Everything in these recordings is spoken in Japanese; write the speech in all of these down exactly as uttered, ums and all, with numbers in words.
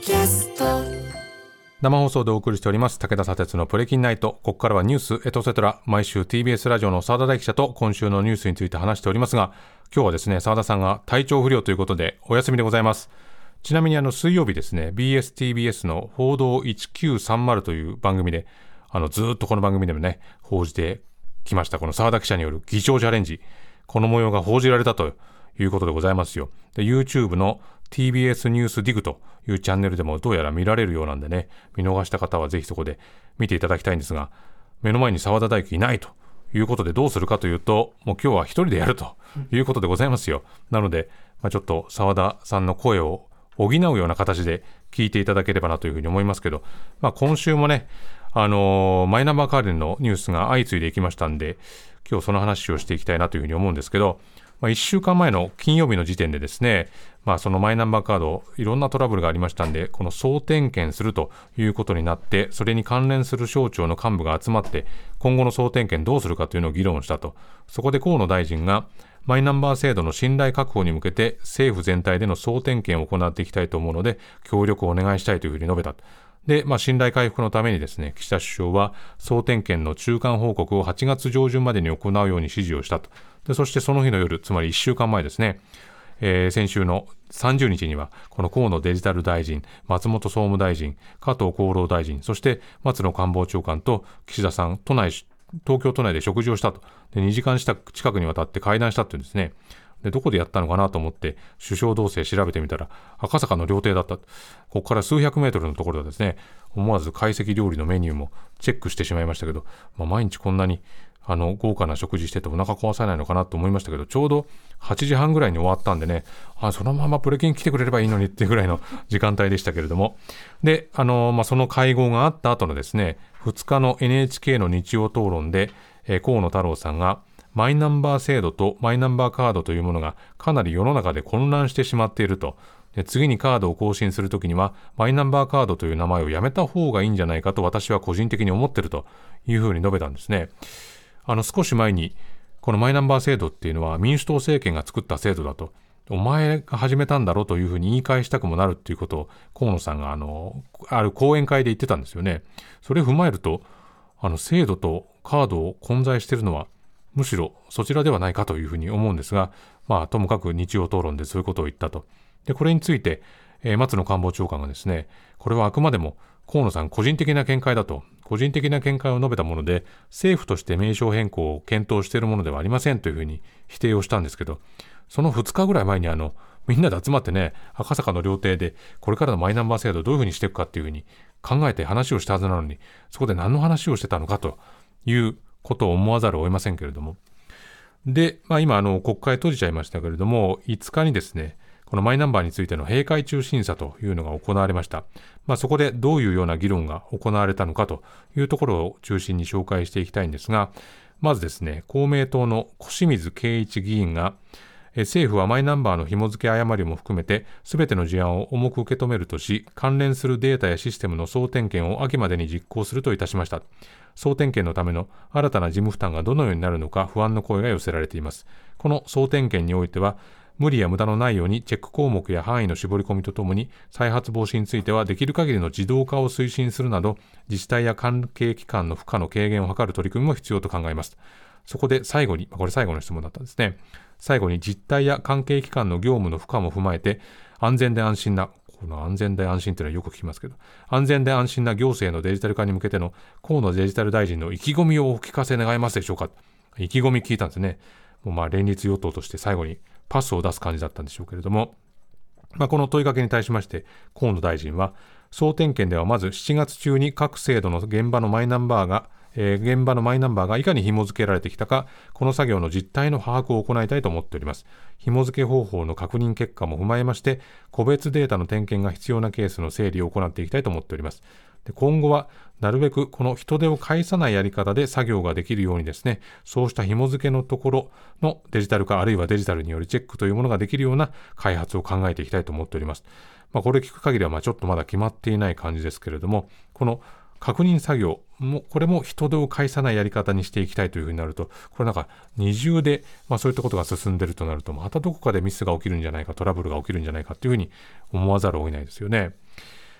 キャスト、 生放送でお送りしております武田砂鉄のプレキンナイト。ここからはニュースエトセトラ、毎週 ティービーエス ラジオの澤田大記者と今週のニュースについて話しておりますが、今日はですね、澤田さんが体調不良ということでお休みでございます。ちなみにあの水曜日ですね、 ビーエスティービーエス の報道いちきゅうさんまるという番組で、あのずっとこの番組でもね報じてきましたこの澤田記者による議長チャレンジ、この模様が報じられたということでございますよ。で YouTube の ティービーエス ニュースディグというチャンネルでもどうやら見られるようなんでね、見逃した方はぜひそこで見ていただきたいんですが、目の前に澤田大樹いないということでどうするかというと、もう今日は一人でやるということでございますよ。なので、まあ、ちょっと澤田さんの声を補うような形で聞いていただければなというふうに思いますけど、まあ、今週もね、あのー、マイナンバー関連のニュースが相次いでいきましたんで、今日その話をしていきたいなというふうに思うんですけど、まあ、いっしゅうかんまえの金曜日の時点でですね、まあ、そのマイナンバーカードいろんなトラブルがありましたんで、この総点検するということになって、それに関連する省庁の幹部が集まって今後の総点検どうするかというのを議論したと。そこで河野大臣がマイナンバー制度の信頼確保に向けて政府全体での総点検を行っていきたいと思うので協力をお願いしたいというふうに述べた。で、まあ、信頼回復のためにですね、岸田首相は総点検の中間報告をはちがつ上旬までに行うように指示をしたと。で、そしてその日の夜、つまりいっしゅうかんまえですね、えー、先週のさんじゅうにちにはこの河野デジタル大臣、松本総務大臣、加藤厚労大臣、そして松野官房長官と岸田さん、都内東京都内で食事をしたと。で、にじかん近くにわたって会談したっていうんですね。で、どこでやったのかなと思って首相同棲調べてみたら赤坂の料亭だった。ここから数百メートルのところでですね、思わず懐石料理のメニューもチェックしてしまいましたけど、まあ、毎日こんなにあの豪華な食事しててお腹壊さないのかなと思いましたけど、ちょうどはちじはんぐらいに終わったんでね、あ、そのままプレキン来てくれればいいのにっていうぐらいの時間帯でしたけれども、で、あの、まあ、その会合があった後のですね、ふつかの エヌエイチケー の日曜討論で、えー、河野太郎さんがマイナンバー制度とマイナンバーカードというものがかなり世の中で混乱してしまっていると。で、次にカードを更新するときにはマイナンバーカードという名前をやめた方がいいんじゃないかと私は個人的に思っているというふうに述べたんですね。あの少し前にこのマイナンバー制度っていうのは民主党政権が作った制度だと、お前が始めたんだろうというふうに言い返したくもなるっていうことを河野さんがあのある講演会で言ってたんですよね。それを踏まえると、あの制度とカードを混在しているのはむしろそちらではないかというふうに思うんですが、まあともかく日曜討論でそういうことを言ったと。で、これについて、えー、松野官房長官がですね、これはあくまでも河野さん個人的な見解だと、個人的な見解を述べたもので、政府として名称変更を検討しているものではありませんというふうに否定をしたんですけど、そのふつかぐらい前にあのみんなで集まってね、赤坂の料亭でこれからのマイナンバー制度をどういうふうにしていくかっていうふうに考えて話をしたはずなのに、そこで何の話をしてたのかということを思わざるを得ませんけれども、で、まあ、今あの国会閉じちゃいましたけれども、いつかにですね、このマイナンバーについての閉会中審査というのが行われました。まあ、そこでどういうような議論が行われたのかというところを中心に紹介していきたいんですが、まずですね、公明党の小清水圭一議員が、政府はマイナンバーの紐付け誤りも含めて全ての事案を重く受け止めるとし、関連するデータやシステムの総点検を秋までに実行するといたしました。総点検のための新たな事務負担がどのようになるのか不安の声が寄せられています。この総点検においては、無理や無駄のないようにチェック項目や範囲の絞り込みとともに、再発防止についてはできる限りの自動化を推進するなど、自治体や関係機関の負荷の軽減を図る取り組みも必要と考えます。そこで最後に、これ最後の質問だったんですね。最後に実態や関係機関の業務の負荷も踏まえて、安全で安心な、この安全で安心というのはよく聞きますけど、安全で安心な行政のデジタル化に向けての河野デジタル大臣の意気込みをお聞かせ願えますでしょうか。意気込み聞いたんですね。もうまあ連立与党として最後にパスを出す感じだったんでしょうけれども、まあ、この問いかけに対しまして河野大臣は、総点検ではまずしちがつ中に各制度の現場のマイナンバーがえー、現場のマイナンバーがいかに紐付けられてきたか、この作業の実態の把握を行いたいと思っております。紐付け方法の確認結果も踏まえまして、個別データの点検が必要なケースの整理を行っていきたいと思っております。で、今後はなるべくこの人手を介さないやり方で作業ができるようにですね、そうした紐付けのところのデジタル化、あるいはデジタルによるチェックというものができるような開発を考えていきたいと思っております。まあ、これ聞く限りはまあちょっとまだ決まっていない感じですけれども、この確認作業もこれも人手を介さないやり方にしていきたいというふうになると、これなんか二重で、まあ、そういったことが進んでいるとなると、またどこかでミスが起きるんじゃないか、トラブルが起きるんじゃないかというふうに思わざるを得ないですよね。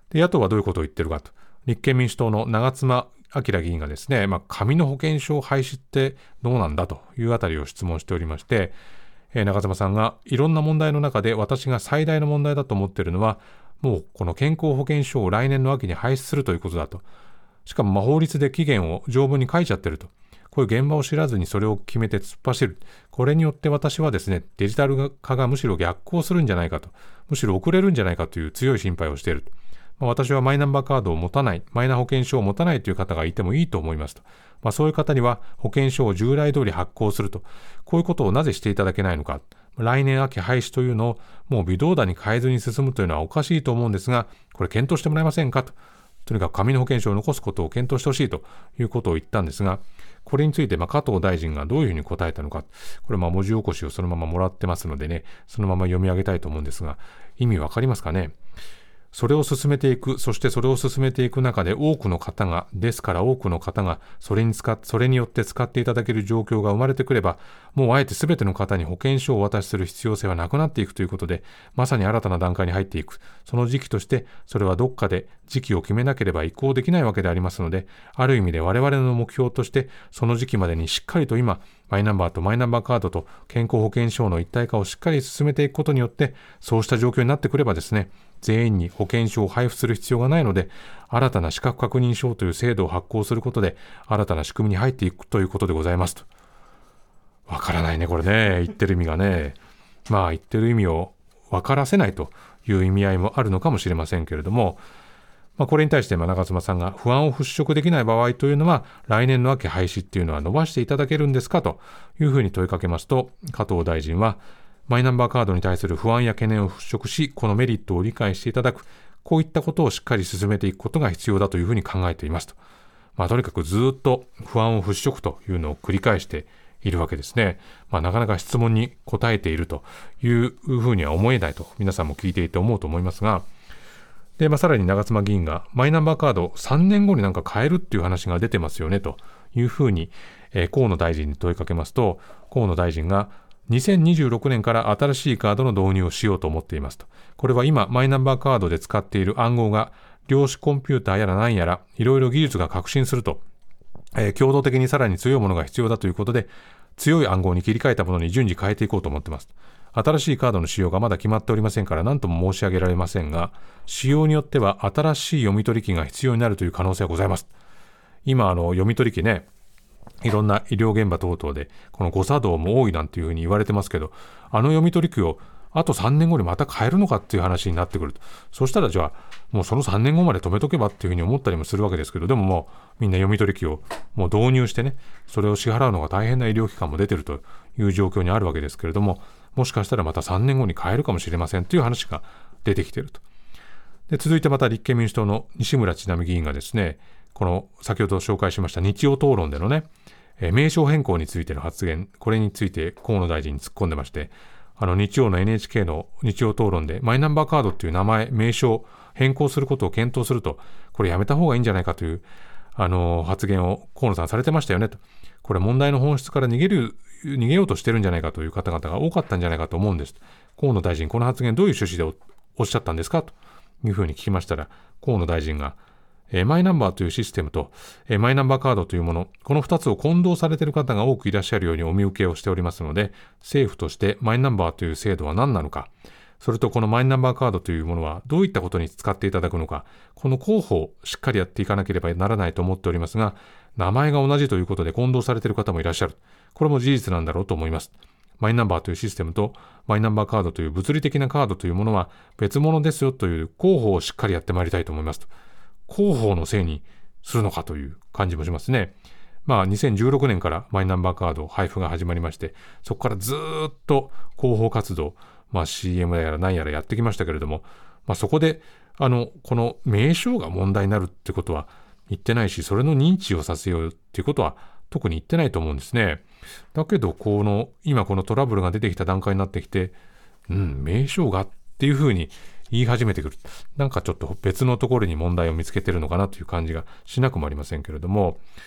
で、野党はどういうことを言ってるかと。立憲民主党の長妻昭議員がですね、まあ、紙の保険証廃止ってどうなんだというあたりを質問しておりまして、えー、長妻さんがいろんな問題の中で私が最大の問題だと思っているのは、もうこの健康保険証を来年の秋に廃止するということだと。しかもまあ法律で期限を条文に書いちゃってると。こういう現場を知らずにそれを決めて突っ走る。これによって私はですね、デジタル化がむしろ逆行するんじゃないかと。むしろ遅れるんじゃないかという強い心配をしていると。まあ、私はマイナンバーカードを持たない、マイナ保険証を持たないという方がいてもいいと思いますと。まあ、そういう方には保険証を従来通り発行すると。こういうことをなぜしていただけないのか。来年秋廃止というのをもう微動だに変えずに進むというのはおかしいと思うんですが、これ検討してもらえませんかと。とにかく紙の保険証を残すことを検討してほしいということを言ったんですが、これについてまあ加藤大臣がどういうふうに答えたのか、これまあ文字起こしをそのままもらってますのでね、そのまま読み上げたいと思うんですが、意味わかりますかね。それを進めていく、そしてそれを進めていく中で多くの方が、ですから多くの方がそれに使っ、それによって使っていただける状況が生まれてくれば、もうあえて全ての方に保険証をお渡しする必要性はなくなっていくということで、まさに新たな段階に入っていく。その時期として、それはどっかで時期を決めなければ移行できないわけでありますので、ある意味で我々の目標として、その時期までにしっかりと今、マイナンバーとマイナンバーカードと健康保険証の一体化をしっかり進めていくことによって、そうした状況になってくればですね、全員に保険証を配布する必要がないので、新たな資格確認書という制度を発行することで、新たな仕組みに入っていくということでございますと。わからないね、これね。言ってる意味がね。まあ言ってる意味を分からせないという意味合いもあるのかもしれませんけれども、まあ、これに対して長妻さんが不安を払拭できない場合というのは、来年の秋廃止っていうのは伸ばしていただけるんですかというふうに問いかけますと、加藤大臣は、マイナンバーカードに対する不安や懸念を払拭し、このメリットを理解していただく、こういったことをしっかり進めていくことが必要だというふうに考えていますと。まあ、とにかくずっと不安を払拭というのを繰り返しているわけですね。まあ、なかなか質問に答えているというふうには思えないと、皆さんも聞いていて思うと思いますが、で、まあ、さらに長妻議員がマイナンバーカードさんねんごになんか変えるっていう話が出てますよねというふうに、えー、河野大臣に問いかけますと、河野大臣がにせんにじゅうろくねんから新しいカードの導入をしようと思っていますと。これは今マイナンバーカードで使っている暗号が量子コンピューターやら何やらいろいろ技術が革新すると、えー、共同的にさらに強いものが必要だということで、強い暗号に切り替えたものに順次変えていこうと思っています。新しいカードの仕様がまだ決まっておりませんから何とも申し上げられませんが、仕様によっては新しい読み取り機が必要になるという可能性はございます。今あの読み取り機ね、いろんな医療現場等々でこの誤作動も多いなんていうふうに言われてますけど、あの読み取り機をあとさんねんごにまた変えるのかっていう話になってくると。そしたらじゃあもうそのさんねんごまで止めとけばっていうふうに思ったりもするわけですけど、でももうみんな読み取り機をもう導入してね、それを支払うのが大変な医療機関も出てるという状況にあるわけですけれども、もしかしたらまたさんねんごに変えるかもしれませんという話が出てきていると。で、続いてまた立憲民主党の西村智奈美議員がですね、この先ほど紹介しました日曜討論でのね、えー、名称変更についての発言、これについて河野大臣に突っ込んでまして、あの日曜の エヌエイチケー の日曜討論でマイナンバーカードっていう名前、名称変更することを検討すると、これやめた方がいいんじゃないかというあの発言を河野さんされてましたよねと。これ問題の本質から逃げる逃げようとしてるんじゃないかという方々が多かったんじゃないかと思うんです。河野大臣、この発言どういう趣旨で お, おっしゃったんですかというふうに聞きましたら、河野大臣が、えー、マイナンバーというシステムと、えー、マイナンバーカードというもの、このふたつを混同されている方が多くいらっしゃるようにお見受けをしておりますので、政府としてマイナンバーという制度は何なのか、それとこのマイナンバーカードというものはどういったことに使っていただくのか、この候補をしっかりやっていかなければならないと思っておりますが、名前が同じということで混同されている方もいらっしゃる。これも事実なんだろうと思います。マイナンバーというシステムとマイナンバーカードという物理的なカードというものは別物ですよという広報をしっかりやってまいりたいと思いますと。広報のせいにするのかという感じもしますね。まあにせんじゅうろくねんからマイナンバーカード配布が始まりまして、そこからずっと広報活動、まあ シーエム やら何やらやってきましたけれども、まあそこであのこの名称が問題になるってことは言ってないし、それの認知をさせようっていうことは特に言ってないと思うんですね。だけどこの今このトラブルが出てきた段階になってきて、うん名称がっていうふうに言い始めてくる。なんかちょっと別のところに問題を見つけてるのかなという感じがしなくもありませんけれども、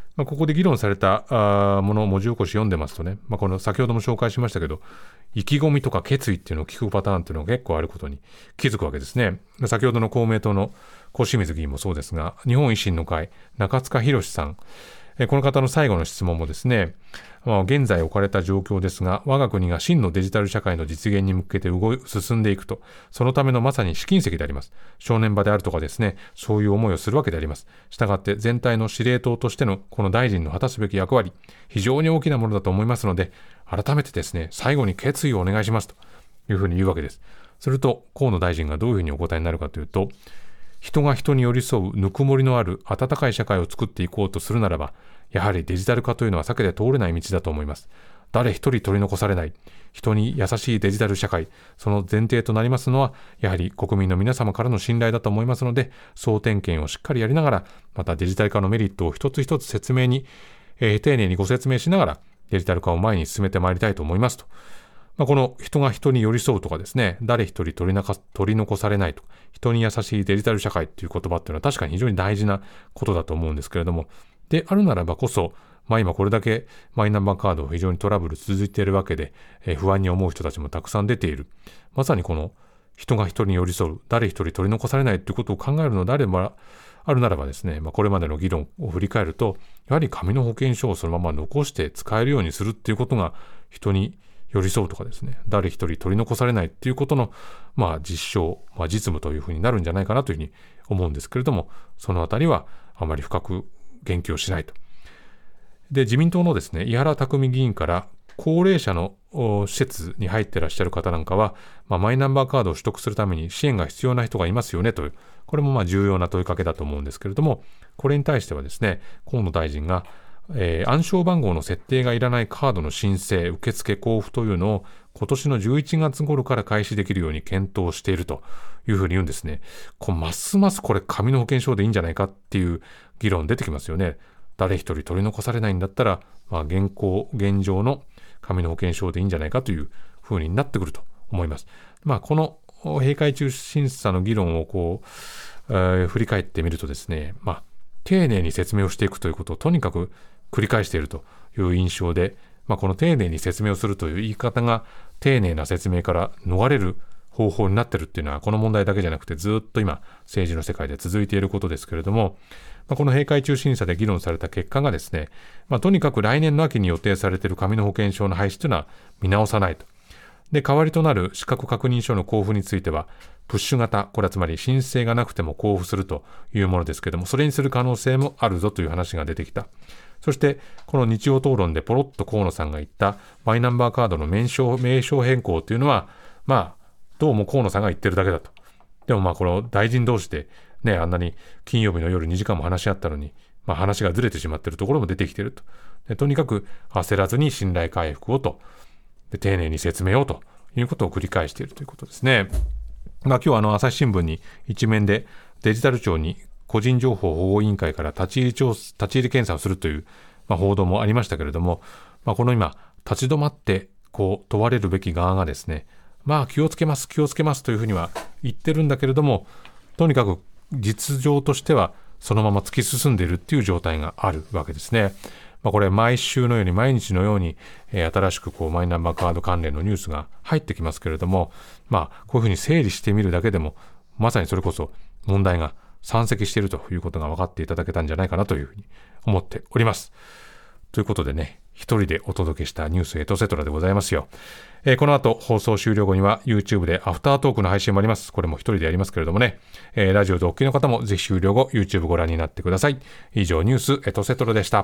まあ、ここで議論されたあものを文字起こし読んでますとね、まあ、この先ほども紹介しましたけど、意気込みとか決意っていうのを聞くパターンっていうのが結構あることに気づくわけですね。先ほどの公明党の小清水議員もそうですが、日本維新の会中塚博さん、この方の最後の質問もですね、まあ、現在置かれた状況ですが、我が国が真のデジタル社会の実現に向けて動い進んでいくと、そのためのまさに試金石であります。正念場であるとかですね、そういう思いをするわけであります。したがって全体の司令塔としてのこの大臣の果たすべき役割、非常に大きなものだと思いますので、改めてですね、最後に決意をお願いしますというふうに言うわけです。すると河野大臣がどういうふうにお答えになるかというと、人が人に寄り添うぬくもりのある温かい社会を作っていこうとするならば、やはりデジタル化というのは避けて通れない道だと思います。誰一人取り残されない、人に優しいデジタル社会、その前提となりますのは、やはり国民の皆様からの信頼だと思いますので、総点検をしっかりやりながら、またデジタル化のメリットを一つ一つ説明に、えー、丁寧にご説明しながら、デジタル化を前に進めてまいりたいと思いますと。まあ、この人が人に寄り添うとかですね、誰一人取りなか取り残されないとか、人に優しいデジタル社会という言葉っていうのは確かに非常に大事なことだと思うんですけれども、であるならばこそ、まあ、今これだけマイナンバーカード非常にトラブル続いているわけで、えー、不安に思う人たちもたくさん出ている。まさにこの人が人に寄り添う、誰一人取り残されないということを考えるのであれば、あるならばですね、まあ、これまでの議論を振り返ると、やはり紙の保険証をそのまま残して使えるようにするっていうことが、人に寄り添うとかですね、誰一人取り残されないっていうことの、まあ、実証、まあ、実務というふうになるんじゃないかなというふうに思うんですけれども、そのあたりはあまり深く言及をしないと。で、自民党のですね、井原拓海議員から、高齢者の施設に入っていらっしゃる方なんかは、まあ、マイナンバーカードを取得するために支援が必要な人がいますよねという、これもまあ重要な問いかけだと思うんですけれども、これに対してはですね、河野大臣が、えー、暗証番号の設定がいらないカードの申請、受付、交付というのを今年のじゅういちがつ頃から開始できるように検討しているというふうに言うんですね。こうますますこれ紙の保険証でいいんじゃないかっていう議論出てきますよね。誰一人取り残されないんだったら、まあ、現行現状の紙の保険証でいいんじゃないかというふうになってくると思います。まあ、この閉会中審査の議論をこう、えー、振り返ってみるとですね、まあ、丁寧に説明をしていくということをとにかく繰り返しているという印象で、まあ、この丁寧に説明をするという言い方が丁寧な説明から逃れる方法になっているっていうのは、この問題だけじゃなくてずっと今政治の世界で続いていることですけれども、まあ、この閉会中審査で議論された結果がですね、まあ、とにかく来年の秋に予定されている紙の保険証の廃止というのは見直さないと。で、代わりとなる資格確認書の交付については、プッシュ型、これはつまり申請がなくても交付するというものですけれども、それにする可能性もあるぞという話が出てきた。そして、この日曜討論でポロッと河野さんが言ったマイナンバーカードの名称、名称変更というのは、まあ、どうも河野さんが言ってるだけだと。でもまあ、この大臣同士でね、あんなに金曜日の夜にじかんも話し合ったのに、まあ、話がずれてしまっているところも出てきていると。で、とにかく焦らずに信頼回復をと、で丁寧に説明をということを繰り返しているということですね。まあ、今日あの朝日新聞に一面でデジタル庁に個人情報保護委員会から立ち入り調立ち入り検査をするという、まあ、報道もありましたけれども、まあ、この今立ち止まってこう問われるべき側がですね、まあ気をつけます気をつけますというふうには言ってるんだけれども、とにかく実情としてはそのまま突き進んでいるっていう状態があるわけですね。まあ、これ毎週のように毎日のように、えー、新しくこうマイナンバーカード関連のニュースが入ってきますけれども、まあこういうふうに整理してみるだけでもまさにそれこそ問題が山積しているということが分かっていただけたんじゃないかなというふうに思っております。ということでね、一人でお届けしたニュースエトセトラでございますよ。えー、この後放送終了後には YouTube でアフタートークの配信もあります。これも一人でやりますけれどもね、えー、ラジオでお聞きの方もぜひ終了後 YouTube ご覧になってください。以上ニュースエトセトラでした。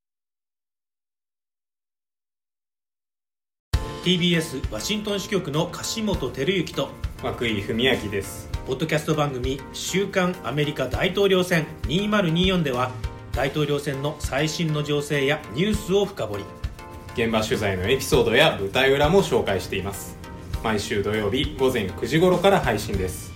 ティービーエス ワシントン支局の樫本照之と涌井文明です。 ポッドキャスト番組週刊アメリカ大統領選にせんにじゅうよんでは大統領選の最新の情勢やニュースを深掘り、 現場取材のエピソードや舞台裏も紹介しています。毎週土曜日午前くじ頃から配信です。